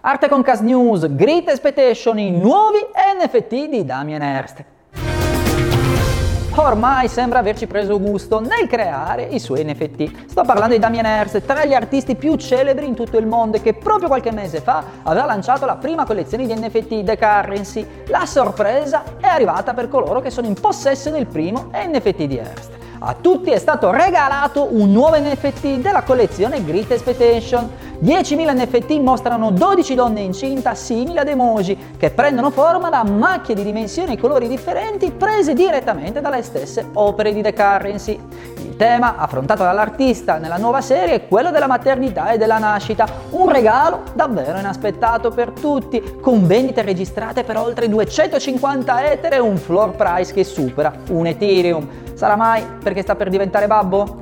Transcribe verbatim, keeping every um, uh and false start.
Arte con Cast News, Great Expectation, i nuovi N F T di Damien Hirst. Ormai sembra averci preso gusto nel creare i suoi N F T. Sto parlando di Damien Hirst, tra gli artisti più celebri in tutto il mondo, che proprio qualche mese fa aveva lanciato la prima collezione di N F T, The Currency. La sorpresa è arrivata per coloro che sono in possesso del primo N F T di Hirst. A tutti è stato regalato un nuovo N F T della collezione Great Expectation. diecimila N F T mostrano dodici donne incinta simili ad emoji che prendono forma da macchie di dimensioni e colori differenti prese direttamente dalle stesse opere di The Currency. Il tema affrontato dall'artista nella nuova serie è quello della maternità e della nascita, un regalo davvero inaspettato per tutti, con vendite registrate per oltre duecentocinquanta Ether e un floor price che supera un Ethereum. Sarà mai perché sta per diventare babbo?